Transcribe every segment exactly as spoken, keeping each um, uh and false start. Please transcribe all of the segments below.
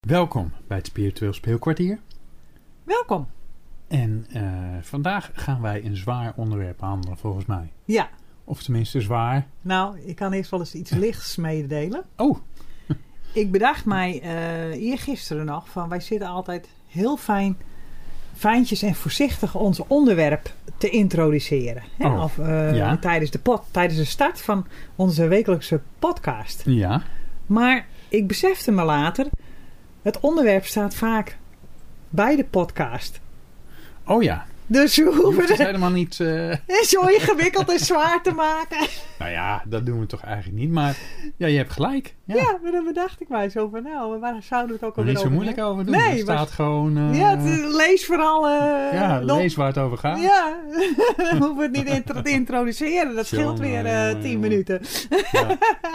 Welkom bij het Spiritueel Speelkwartier. Welkom. En uh, vandaag gaan wij een zwaar onderwerp behandelen, volgens mij. Ja. Of tenminste zwaar. Nou, ik kan eerst wel eens iets lichts mededelen. Oh. Ik bedacht mij uh, eergisteren nog van wij zitten altijd heel fijn, fijntjes en voorzichtig ons onderwerp te introduceren. Hè? Oh, of uh, ja. tijdens, de pod, tijdens de start van onze wekelijkse podcast. Ja. Maar ik besefte me later, het onderwerp staat vaak bij de podcast. Oh ja. Dus we Je hoeven hoeft het het helemaal niet... Uh... zo ingewikkeld en zwaar te maken. Nou ja, dat doen we toch eigenlijk niet. Maar ja, je hebt gelijk. Ja, ja maar dan bedacht ik mij zo van, nou, waar zouden we het ook er alweer niet zo over moeilijk hebben? over doen. Nee, er staat maar... gewoon... Uh... Ja, het, lees vooral... Uh, ja, dan... lees waar het over gaat. Ja, dan hoeven we het niet intro- te introduceren. Dat scheelt Jongen, weer uh, jongen, tien jongen. minuten. Ja.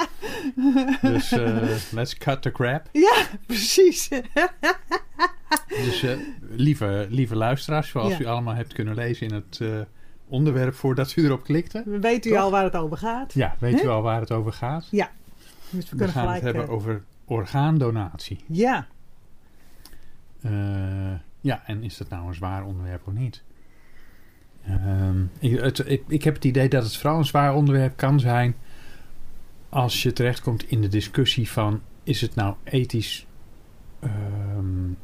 Dus uh, let's cut the crap. Ja, precies. Dus uh, lieve, lieve luisteraars, zoals Ja. u allemaal hebt kunnen lezen in het uh, onderwerp voordat u erop klikte. Weet u Toch? al waar het over gaat? Ja, weet Huh? u al waar het over gaat? Ja. Dus we, We kunnen gaan gelijk... het hebben uh, over orgaandonatie. Ja. Uh, ja, en is dat nou een zwaar onderwerp of niet? Um, ik, het, ik, ik heb het idee dat het vooral een zwaar onderwerp kan zijn als je terechtkomt in de discussie van, is het nou ethisch... Um,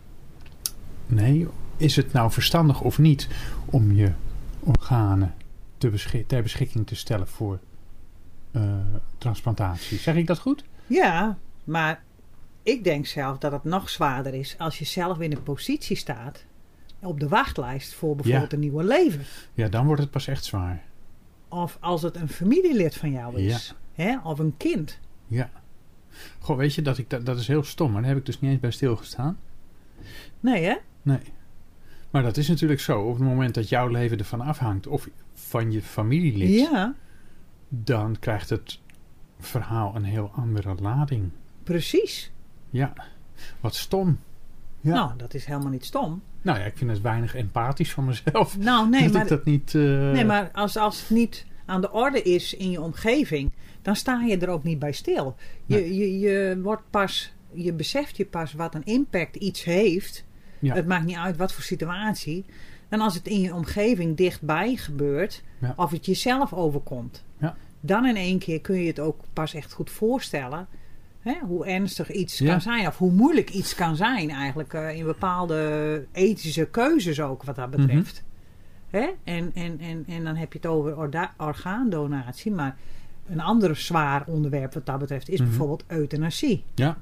nee, is het nou verstandig of niet om je organen te beschik- ter beschikking te stellen voor uh, transplantatie? Zeg ik dat goed? Ja, maar ik denk zelf dat het nog zwaarder is als je zelf in een positie staat op de wachtlijst voor bijvoorbeeld Ja. een nieuwe leven. Ja, dan wordt het pas echt zwaar. Of als het een familielid van jou is. Ja. Hè? Of een kind. Ja. Goh, weet je, dat, ik, dat, dat is heel stom, maar daar heb ik dus niet eens bij stilgestaan. Nee, hè? Nee. Maar dat is natuurlijk zo. Op het moment dat jouw leven ervan afhangt, of van je familielid, Ja, dan krijgt het verhaal een heel andere lading. precies. Ja, wat stom. Ja. Nou, dat is helemaal niet stom. Nou ja, ik vind het weinig empathisch van mezelf. Nou, nee, dat maar, ik dat niet... Uh... nee, maar als, als het niet aan de orde is in je omgeving, dan sta je er ook niet bij stil. Je, Nee. je, je wordt pas, je beseft je pas wat een impact iets heeft. Ja. Het maakt niet uit wat voor situatie. Dan als het in je omgeving dichtbij gebeurt, Ja. of het jezelf overkomt. Ja. Dan in één keer kun je het ook pas echt goed voorstellen. Hè, hoe ernstig iets Ja. kan zijn. Of hoe moeilijk iets kan zijn eigenlijk. Uh, in bepaalde ethische keuzes ook wat dat betreft. Hè? En, en, en, en dan heb je het over orda- orgaandonatie. Maar een ander zwaar onderwerp wat dat betreft is Mhm. bijvoorbeeld euthanasie. Ja.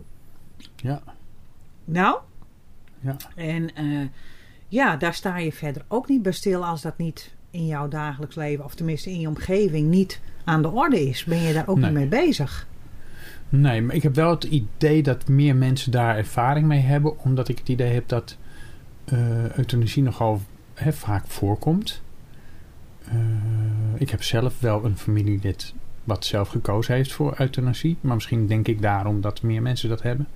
Ja. Nou, Ja. en uh, ja, daar sta je verder ook niet bij stil als dat niet in jouw dagelijks leven, of tenminste in je omgeving, niet aan de orde is. Ben je daar ook Nee. niet mee bezig? Nee, maar ik heb wel het idee dat meer mensen daar ervaring mee hebben, omdat ik het idee heb dat uh, euthanasie nogal hè, vaak voorkomt. Uh, ik heb zelf wel een familielid wat zelf gekozen heeft voor euthanasie, maar misschien denk ik daarom dat meer mensen dat hebben.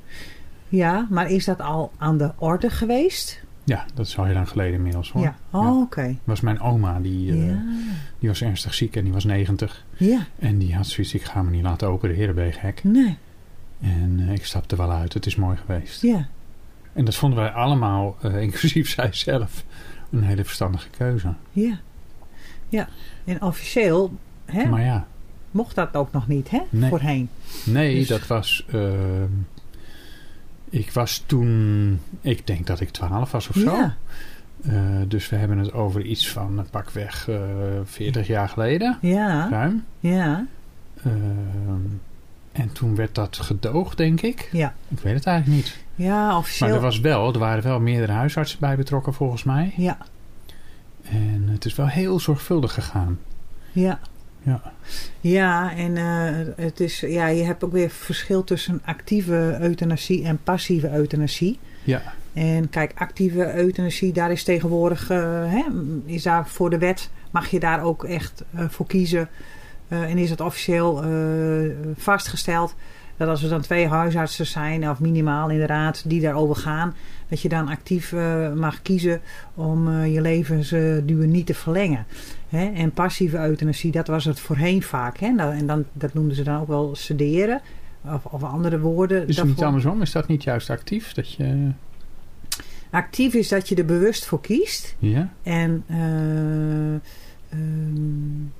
Ja, maar is dat al aan de orde geweest? Ja, dat is al heel lang geleden inmiddels hoor. Ja, oh, Ja. oké. Okay. Dat was mijn oma, die, uh, Ja. die was ernstig ziek en die was negentig. Ja, En die had zoiets, ik ga me niet laten opereren, ben je gek. nee, En uh, ik stapte wel uit, het is mooi geweest. ja. En dat vonden wij allemaal, uh, inclusief zij zelf, een hele verstandige keuze. Ja, ja. En officieel hè, Maar ja, mocht dat ook nog niet, hè? Nee. Voorheen. nee, Dus- dat was... Uh, ik was toen... Ik denk dat ik twaalf was of zo. Ja, Uh, dus we hebben het over iets van uh, pakweg uh, veertig jaar geleden. ja, Ruim. ja, Uh, en toen werd dat gedoogd, denk ik. ja. Ik weet het eigenlijk niet. Ja, officieel. Maar er, was wel, er waren wel meerdere huisartsen bij betrokken volgens mij. Ja, En het is wel heel zorgvuldig gegaan. ja. Ja. Ja, en uh, het is, ja, je hebt ook weer verschil tussen actieve euthanasie en passieve euthanasie. Ja. En kijk, actieve euthanasie, daar is tegenwoordig, uh, hè, is daar voor de wet, mag je daar ook echt uh, voor kiezen. Uh, en is het officieel uh, vastgesteld dat als er dan twee huisartsen zijn, of minimaal inderdaad, die daarover gaan, dat je dan actief uh, mag kiezen om uh, je levensduur niet te verlengen. Hè? En passieve euthanasie, dat was het voorheen vaak. Hè? En dan, dat noemden ze dan ook wel sederen. of, of andere woorden. Is het niet andersom? Is dat niet juist actief? Dat je... Actief is dat je er bewust voor kiest. Ja. En uh, um,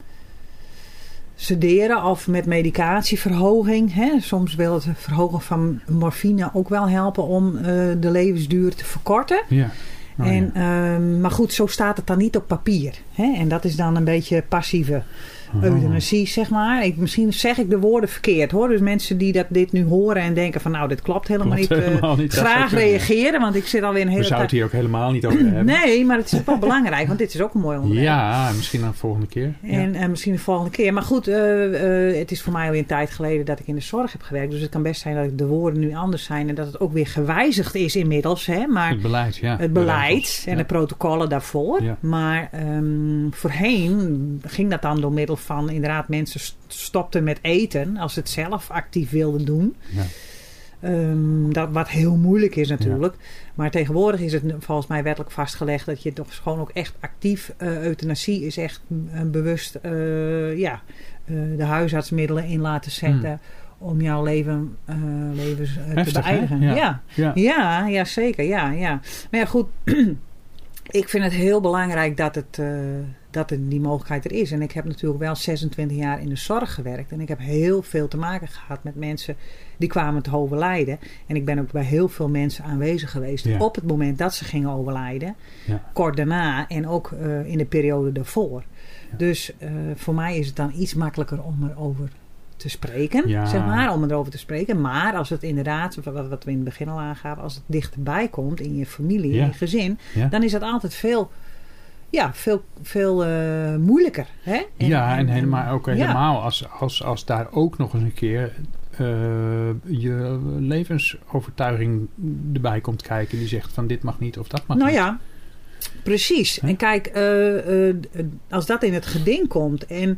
sederen of met medicatieverhoging. Hè? Soms wil het verhogen van morfine ook wel helpen om uh, de levensduur te verkorten. Ja. Oh, en, ja. um, maar goed, zo staat het dan niet op papier. Hè? En dat is dan een beetje passieve oh. euthanasie, zeg maar. Ik, misschien zeg ik de woorden verkeerd, hoor. Dus mensen die dat, dit nu horen en denken van... nou, dit klopt helemaal klopt niet. Uh, helemaal niet. Graag reageren, want ik zit alweer een hele We zouden het hier ook helemaal niet over hebben. Nee, maar het is wel belangrijk, want dit is ook een mooi onderwerp. Ja, misschien dan de volgende keer. En ja. uh, misschien de volgende keer. Maar goed, uh, uh, het is voor mij alweer een tijd geleden dat ik in de zorg heb gewerkt. Dus het kan best zijn dat de woorden nu anders zijn... en dat het ook weer gewijzigd is inmiddels. Hè? Maar het beleid, ja. Het beleid en ja. de protocollen daarvoor. Ja. Maar um, voorheen ging dat dan door middel van... inderdaad, mensen stopten met eten... als ze het zelf actief wilden doen... Ja. Um, dat, wat heel moeilijk is natuurlijk. Ja. Maar tegenwoordig is het volgens mij wettelijk vastgelegd... dat je toch gewoon ook echt actief... Uh, euthanasie is echt uh, bewust... Uh, ja, uh, de huisartsmiddelen in laten zetten... Hmm. om jouw leven, uh, levens uh, Heftig, te beëindigen. Ja. Ja. Ja. Ja, ja, zeker. Ja, ja. Maar ja, goed... ik vind het heel belangrijk dat, het, uh, dat het die mogelijkheid er is. En ik heb natuurlijk wel zesentwintig jaar in de zorg gewerkt. En ik heb heel veel te maken gehad met mensen die kwamen te overlijden. En ik ben ook bij heel veel mensen aanwezig geweest ja. op het moment dat ze gingen overlijden. Ja. Kort daarna en ook uh, in de periode daarvoor. Ja. Dus uh, voor mij is het dan iets makkelijker om erover te spreken, ja. zeg maar, om erover te spreken. Maar als het inderdaad, wat, wat we in het begin al aangaven, als het dichterbij komt in je familie, ja. in je gezin, ja. dan is dat altijd veel, ja, veel, veel uh, moeilijker. Hè? En, ja, en, en helemaal ook helemaal ja. als, als, als daar ook nog eens een keer uh, je levensovertuiging erbij komt kijken, die zegt van dit mag niet of dat mag nou niet. Nou ja, precies. Huh? En kijk, uh, uh, als dat in het geding komt en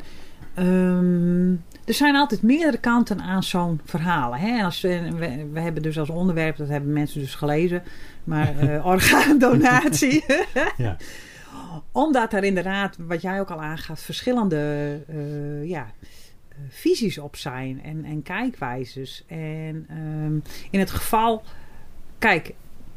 um, er zijn altijd meerdere kanten aan zo'n verhaal. Hè? En als we, we, we hebben dus als onderwerp, dat hebben mensen dus gelezen, maar uh, orgaandonatie. ja. Omdat er inderdaad, wat jij ook al aangaat, verschillende uh, ja, uh, visies op zijn en, en kijkwijzes. En um, in het geval, kijk,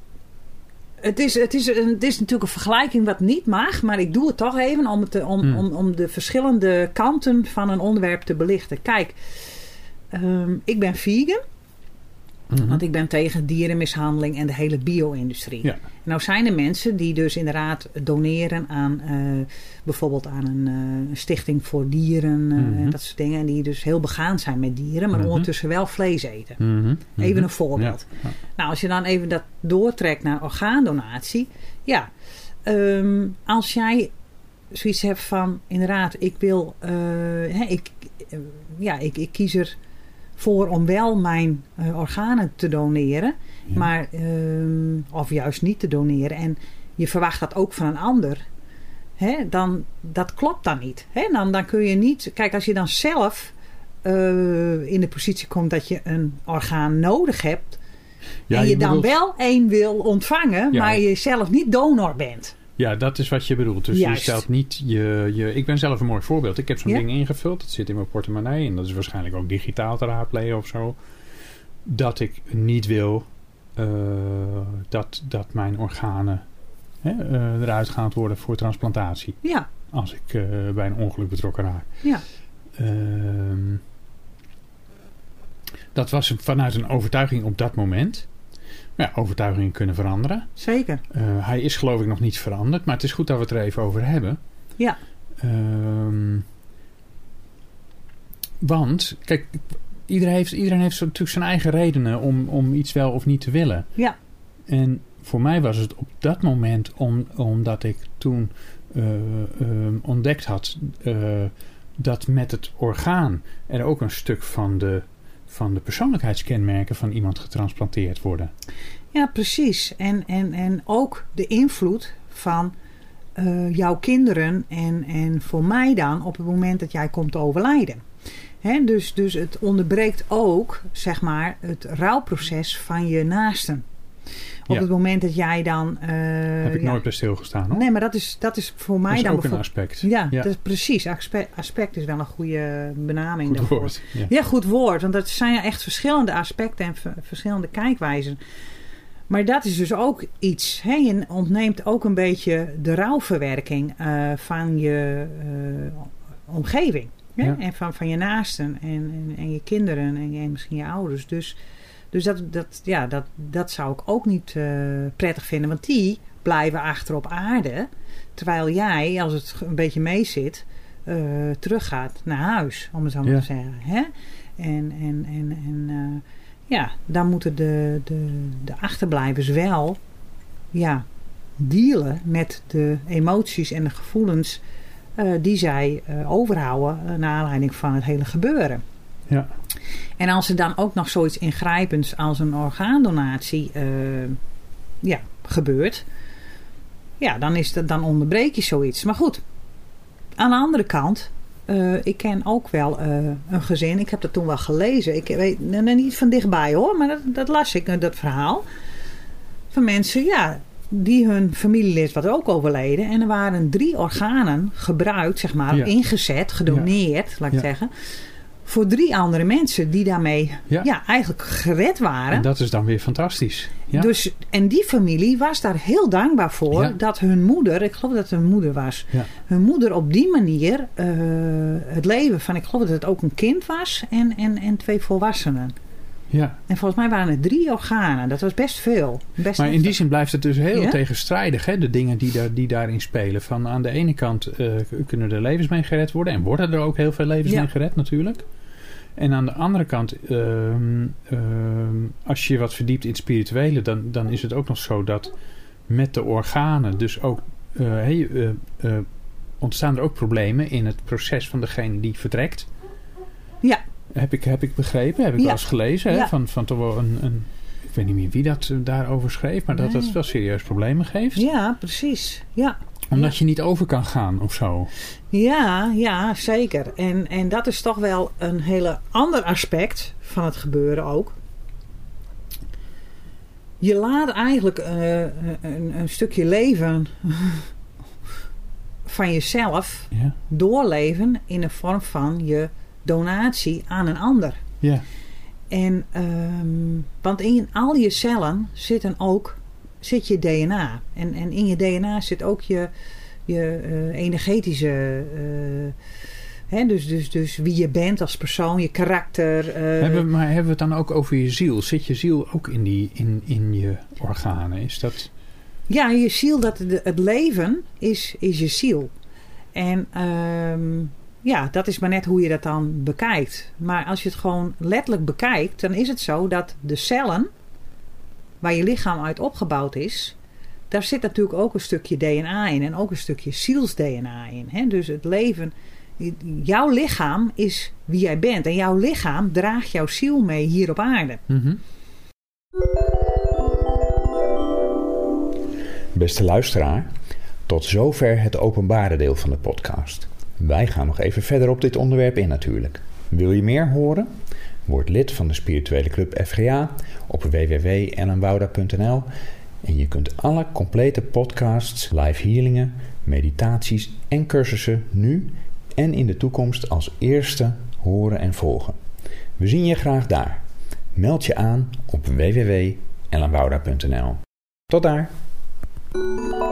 Het is, het, is een, het is natuurlijk een vergelijking wat niet mag, maar ik doe het toch even om, het te, om, mm. om, om de verschillende kanten van een onderwerp te belichten. Kijk, um, ik ben vegan, mm-hmm. want ik ben tegen dierenmishandeling en de hele bio-industrie. Ja. Nou zijn er mensen die dus inderdaad doneren aan uh, bijvoorbeeld aan een uh, stichting voor dieren uh, mm-hmm. en dat soort dingen. En die dus heel begaan zijn met dieren, maar mm-hmm. ondertussen wel vlees eten. Mm-hmm. Even een voorbeeld. Ja. Ja. Nou, als je dan even dat doortrekt naar orgaandonatie. Ja, um, als jij zoiets hebt van inderdaad, ik wil, uh, hè, ik, uh, ja, ik, ik kies er voor om wel mijn uh, organen te doneren. Ja. Maar, um, of juist niet te doneren. En je verwacht dat ook van een ander. Hè, dan, dat klopt dan niet. Hè? Dan, dan kun je niet... Kijk, als je dan zelf uh, in de positie komt dat je een orgaan nodig hebt. Ja, en je, je dan bedoelt... wel één wil ontvangen. Ja, maar je zelf niet donor bent. Ja, dat is wat je bedoelt. Dus Juist. je stelt niet je, je... Ik ben zelf een mooi voorbeeld. Ik heb zo'n ja. ding ingevuld. Dat zit in mijn portemonnee. En dat is waarschijnlijk ook digitaal te raadplegen of zo. Dat ik niet wil uh, dat, dat mijn organen hè, uh, eruit gaan worden voor transplantatie. Ja. Als ik uh, bij een ongeluk betrokken raak. Ja. Uh, dat was vanuit een overtuiging op dat moment. Ja, overtuigingen kunnen veranderen. Zeker. Uh, hij is geloof ik nog niet veranderd. Maar het is goed dat we het er even over hebben. Ja. Um, want, kijk, iedereen heeft, iedereen heeft natuurlijk zijn eigen redenen om, om iets wel of niet te willen. Ja. En voor mij was het op dat moment, om, omdat ik toen uh, uh, ontdekt had uh, dat met het orgaan er ook een stuk van de van de persoonlijkheidskenmerken van iemand getransplanteerd worden. Ja, precies. En, en, en ook de invloed van uh, jouw kinderen en, en voor mij dan op het moment dat jij komt te overlijden. Hè, dus, dus het onderbreekt ook, zeg maar, het rouwproces van je naasten. Op Ja. het moment dat jij dan... Uh, Heb ik ja. nooit bij stilgestaan hoor. Nee, maar dat is, dat is voor mij dat is dan ook een bijvoorbeeld- aspect. Ja, Ja. dat is precies. Aspect, aspect is wel een goede benaming Goed daarvoor. woord. Ja. Ja, goed woord. Want dat zijn echt verschillende aspecten en v- verschillende kijkwijzen. Maar dat is dus ook iets. Hè? Je ontneemt ook een beetje de rouwverwerking uh, van je uh, omgeving. Hè? Ja. En van, van je naasten en, en, en je kinderen en, en misschien je ouders. Dus, dus dat, dat, ja, dat, dat zou ik ook niet uh, prettig vinden. Want die blijven achter op aarde. Terwijl jij, als het een beetje meezit, uh, teruggaat naar huis. Om het zo maar Ja. te zeggen. Hè? En, en, en, en uh, ja, dan moeten de, de, de achterblijvers wel ja, dealen met de emoties en de gevoelens uh, die zij uh, overhouden uh, naar aanleiding van het hele gebeuren. Ja. En als er dan ook nog zoiets ingrijpends als een orgaandonatie uh, ja, gebeurt, ja, dan, is dat, dan onderbreek je zoiets. Maar goed, aan de andere kant, uh, ik ken ook wel uh, een gezin, ik heb dat toen wel gelezen, ik weet nou, niet van dichtbij hoor, maar dat, dat las ik, dat verhaal, van mensen, ja, die hun familielid was ook overleden en er waren drie organen gebruikt, zeg maar, Ja. ingezet, gedoneerd, ja. laat ik ja. zeggen, voor drie andere mensen die daarmee Ja. ja, eigenlijk gered waren. En dat is dan weer fantastisch. Ja. Dus, en die familie was daar heel dankbaar voor Ja. dat hun moeder, ik geloof dat het hun moeder was, Ja. hun moeder op die manier uh, het leven van, ik geloof dat het ook een kind was en, en, en twee volwassenen. Ja. En volgens mij waren het drie organen. Dat was best veel. Best Maar in die zin blijft het dus heel ja? tegenstrijdig. Hè? De dingen die, daar, die daarin spelen. Van aan de ene kant uh, kunnen er levens mee gered worden. En worden er ook heel veel levens ja. mee gered natuurlijk. En aan de andere kant, uh, uh, als je je wat verdiept in het spirituele, dan, dan is het ook nog zo dat met de organen dus ook uh, hey, uh, uh, ontstaan er ook problemen in het proces van degene die vertrekt. Ja. Heb ik, heb ik begrepen, heb ik ja. wel eens gelezen. Hè? Ja. Van, van toch wel een, een, ik weet niet meer wie dat uh, daarover schreef, maar dat nee. dat wel serieus problemen geeft. Ja, precies. Ja. Omdat ja. je niet over kan gaan of zo. Ja, ja, zeker. En, en dat is toch wel een hele ander aspect van het gebeuren ook. Je laat eigenlijk uh, een, een stukje leven van jezelf Ja. doorleven in de vorm van je donatie aan een ander. Ja. En, um, want in al je cellen zitten ook, zit je D N A. En, en in je D N A zit ook je, je uh, energetische... Uh, hè, dus, dus, dus wie je bent als persoon, je karakter. Uh, Hebben, maar hebben we het dan ook over je ziel? Zit je ziel ook in, die, in, in je organen? Is dat... Ja, je ziel, dat de, het leven is, is je ziel. En um, ja, dat is maar net hoe je dat dan bekijkt. Maar als je het gewoon letterlijk bekijkt, dan is het zo dat de cellen waar je lichaam uit opgebouwd is, daar zit natuurlijk ook een stukje D N A in en ook een stukje ziels-D N A in. Hè? Dus het leven, jouw lichaam is wie jij bent en jouw lichaam draagt jouw ziel mee hier op aarde. Mm-hmm. Beste luisteraar, tot zover het openbare deel van de podcast. Wij gaan nog even verder op dit onderwerp in natuurlijk. Wil je meer horen? Word lid van de spirituele club F G A op w w w punt ellen wouda punt n l en je kunt alle complete podcasts, live healingen, meditaties en cursussen nu en in de toekomst als eerste horen en volgen. We zien je graag daar. Meld je aan op w w w punt ellen wouda punt n l. Tot daar!